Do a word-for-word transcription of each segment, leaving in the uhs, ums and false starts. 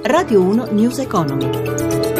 Radio uno News Economy.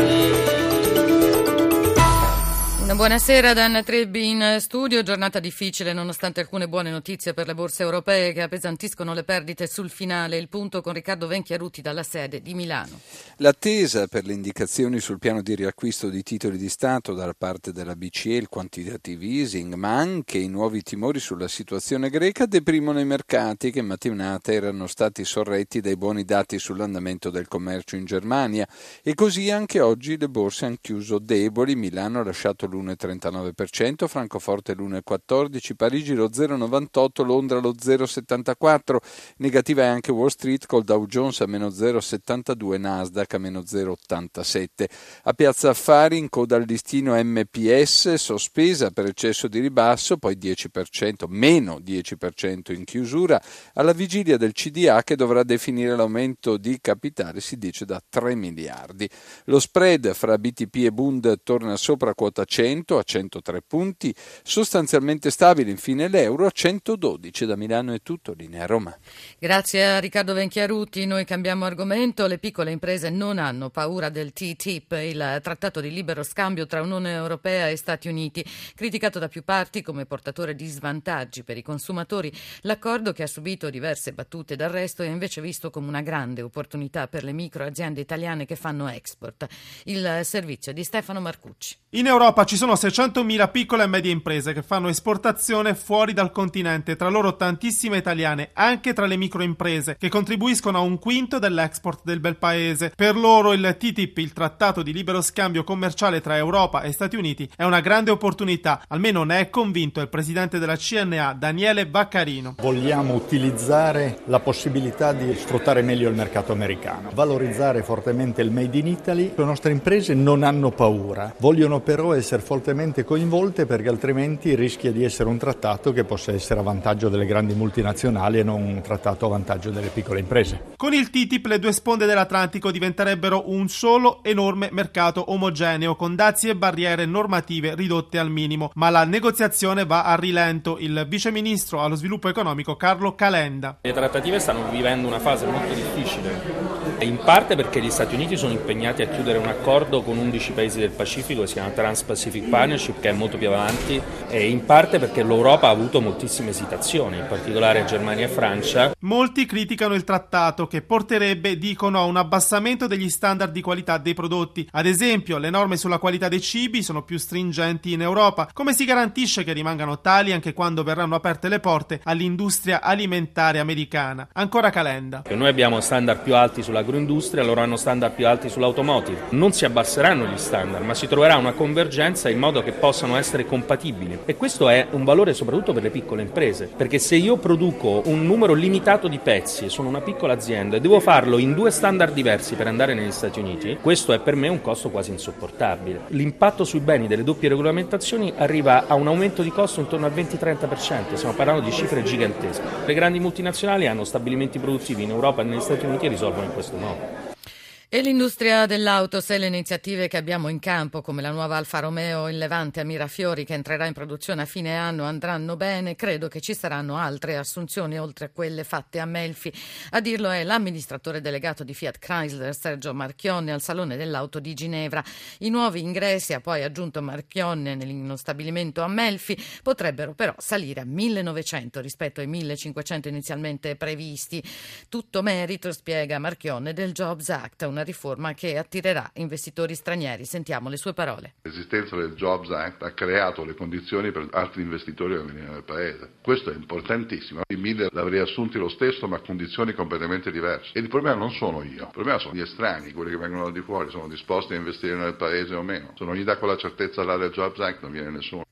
Buonasera da Anna Trebbi in studio. Giornata difficile nonostante alcune buone notizie per le borse europee che appesantiscono le perdite sul finale. Il punto con Riccardo Venchiarutti dalla sede di Milano. L'attesa per le indicazioni sul piano di riacquisto di titoli di Stato da parte della B C E, il quantitative easing, ma anche i nuovi timori sulla situazione greca deprimono i mercati che in mattinata erano stati sorretti dai buoni dati sull'andamento del commercio in Germania e così anche oggi le borse hanno chiuso deboli. Milano ha lasciato l'uno virgola trentanove per cento, Francoforte l'uno virgola quattordici per cento, Parigi lo zero virgola novantotto per cento, Londra lo zero virgola settantaquattro per cento. Negativa è anche Wall Street col Dow Jones a meno zero virgola settantadue per cento, Nasdaq a meno zero virgola ottantasette per cento. A Piazza Affari in coda al listino M P S, sospesa per eccesso di ribasso, poi dieci per cento, meno dieci per cento in chiusura, alla vigilia del C D A che dovrà definire l'aumento di capitale, si dice da tre miliardi. Lo spread fra B T P e Bund torna sopra quota cento a centotré punti, sostanzialmente stabile infine l'euro a centododici. Da Milano è tutto, linea Roma. Grazie a Riccardo Venchiarutti. Noi cambiamo argomento. Le piccole imprese non hanno paura del T T I P, il trattato di libero scambio tra Unione Europea e Stati Uniti. Criticato da più parti come portatore di svantaggi per i consumatori, l'accordo, che ha subito diverse battute d'arresto, è invece visto come una grande opportunità per le micro aziende italiane che fanno export. Il servizio di Stefano Marcucci. In Europa ci sono seicentomila piccole e medie imprese che fanno esportazione fuori dal continente, tra loro tantissime italiane, anche tra le microimprese, che contribuiscono a un quinto dell'export del bel paese. Per loro il T T I P, il trattato di libero scambio commerciale tra Europa e Stati Uniti, è una grande opportunità, almeno ne è convinto il presidente della C N A, Daniele Baccarino. Vogliamo utilizzare la possibilità di sfruttare meglio il mercato americano, valorizzare fortemente il Made in Italy. Le nostre imprese non hanno paura, vogliono però essere fortemente coinvolte, perché altrimenti rischia di essere un trattato che possa essere a vantaggio delle grandi multinazionali e non un trattato a vantaggio delle piccole imprese. Con il T T I P le due sponde dell'Atlantico diventerebbero un solo enorme mercato omogeneo, con dazi e barriere normative ridotte al minimo, ma la negoziazione va a rilento. Il viceministro allo sviluppo economico Carlo Calenda. Le trattative stanno vivendo una fase molto difficile, in parte perché gli Stati Uniti sono impegnati a chiudere un accordo con undici paesi del Pacifico che si chiama Trans-Pacific Partnership, che è molto più avanti, e in parte perché l'Europa ha avuto moltissime esitazioni, in particolare Germania e Francia. Molti criticano il trattato, che porterebbe, dicono, a un abbassamento degli standard di qualità dei prodotti. Ad esempio, le norme sulla qualità dei cibi sono più stringenti in Europa. Come si garantisce che rimangano tali anche quando verranno aperte le porte all'industria alimentare americana? Ancora Calenda. Noi abbiamo standard più alti sull'agroindustria, loro hanno standard più alti sull'automotive. Non si abbasseranno gli standard, ma si troverà una convergenza in modo che possano essere compatibili, e questo è un valore soprattutto per le piccole imprese, perché se io produco un numero limitato di pezzi e sono una piccola azienda e devo farlo in due standard diversi per andare negli Stati Uniti, questo è per me un costo quasi insopportabile. L'impatto sui beni delle doppie regolamentazioni arriva a un aumento di costo intorno al venti-trenta per cento, stiamo parlando di cifre gigantesche. Le grandi multinazionali hanno stabilimenti produttivi in Europa e negli Stati Uniti e risolvono in questo modo. E l'industria dell'auto, se le iniziative che abbiamo in campo, come la nuova Alfa Romeo in Levante a Mirafiori, che entrerà in produzione a fine anno, andranno bene, credo che ci saranno altre assunzioni oltre a quelle fatte a Melfi. A dirlo è l'amministratore delegato di Fiat Chrysler, Sergio Marchionne, al Salone dell'Auto di Ginevra. I nuovi ingressi, ha poi aggiunto Marchionne, nello stabilimento a Melfi, potrebbero però salire a millenovecento rispetto ai millecinquecento inizialmente previsti. Tutto merito, spiega Marchionne, del Jobs Act, una riforma che attirerà investitori stranieri. Sentiamo le sue parole. L'esistenza del Jobs Act ha creato le condizioni per altri investitori a venire nel paese. Questo è importantissimo. I mille l'avrei assunti lo stesso, ma a condizioni completamente diverse. E il problema non sono io, il problema sono gli estranei, quelli che vengono al di fuori, sono disposti a investire nel paese o meno. Se non gli dà quella certezza là del Jobs Act, non viene nessuno.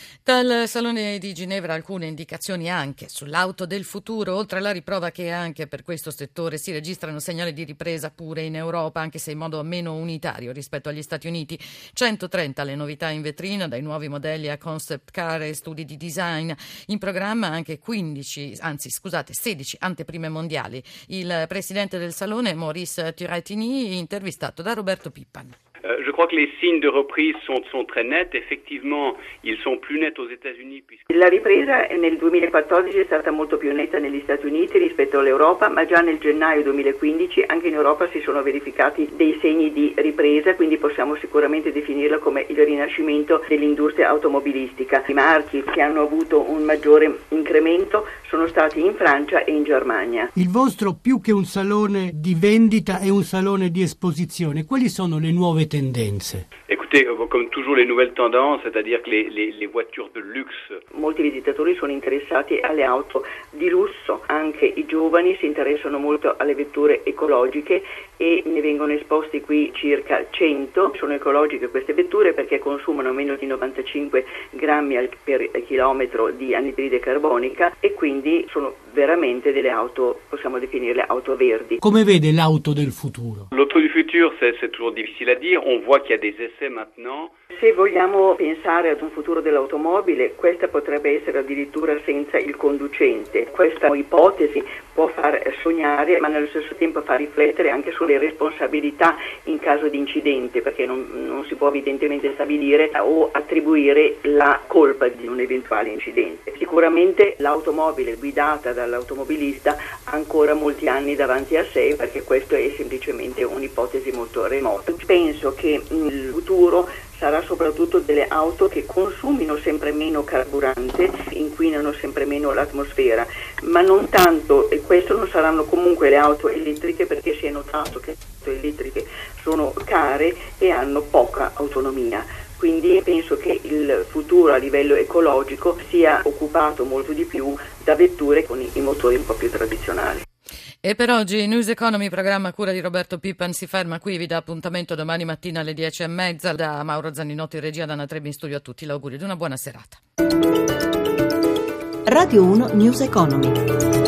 Dal Salone di Ginevra alcune indicazioni anche sull'auto del futuro, oltre alla riprova che anche per questo settore si registrano segnali di ripresa pure in Europa, anche se in modo meno unitario rispetto agli Stati Uniti. centotrenta le novità in vetrina, dai nuovi modelli a concept car e studi di design. In programma anche quindici, anzi scusate, sedici anteprime mondiali. Il presidente del Salone, Maurice Turrettini, intervistato da Roberto Pippan. Euh, je crois que les signes de reprise sont, sont très nets. Effectivement, ils sont plus nets aux États-Unis. Puisque... La ripresa nel duemilaquattordici è stata molto più netta negli Stati Uniti rispetto all'Europa, ma già nel gennaio duemilaquindici anche in Europa si sono verificati dei segni di ripresa, quindi possiamo sicuramente definirla come il rinascimento dell'industria automobilistica. I marchi che hanno avuto un maggiore incremento sono stati in Francia e in Germania. Il vostro, più che un salone di vendita, è un salone di esposizione. Quali sono le nuove tendenze? Écoutez, comme toujours les nouvelles tendances, c'est-à-dire que les, les, les voitures de luxe. Molti visitatori sono interessati alle auto di lusso, anche i giovani si interessano molto alle vetture ecologiche e ne vengono esposti qui circa cento. Sono ecologiche queste vetture perché consumano meno di novantacinque grammi al, per chilometro di anidride carbonica e quindi sono veramente delle auto, possiamo definirle auto verdi. Come vede l'auto del futuro? L'auto du futur, c'est, c'est toujours difficile à dire. On voit qu'il y a des essais maintenant. Se vogliamo pensare ad un futuro dell'automobile, questa potrebbe essere addirittura senza il conducente. Questa ipotesi può far sognare, ma nello stesso tempo fa riflettere anche sulle responsabilità in caso di incidente, perché non, non si può evidentemente stabilire o attribuire la colpa di un eventuale incidente. Sicuramente l'automobile guidata dall'automobilista ha ancora molti anni davanti a sé, perché questo è semplicemente un'ipotesi molto remota. Penso che il futuro sarà soprattutto delle auto che consumino sempre meno carburante, inquinano sempre meno l'atmosfera, ma non tanto, e questo non saranno comunque le auto elettriche, perché si è notato che le auto elettriche sono care e hanno poca autonomia. Quindi penso che il futuro a livello ecologico sia occupato molto di più da vetture con i motori un po' più tradizionali. E per oggi News Economy, programma a cura di Roberto Pippan, si ferma qui. Vi dà appuntamento domani mattina alle dieci e mezza. Da Mauro Zaninotto in regia, da Anna Trebbi in studio, a tutti l'augurio di una buona serata. Radio uno News Economy.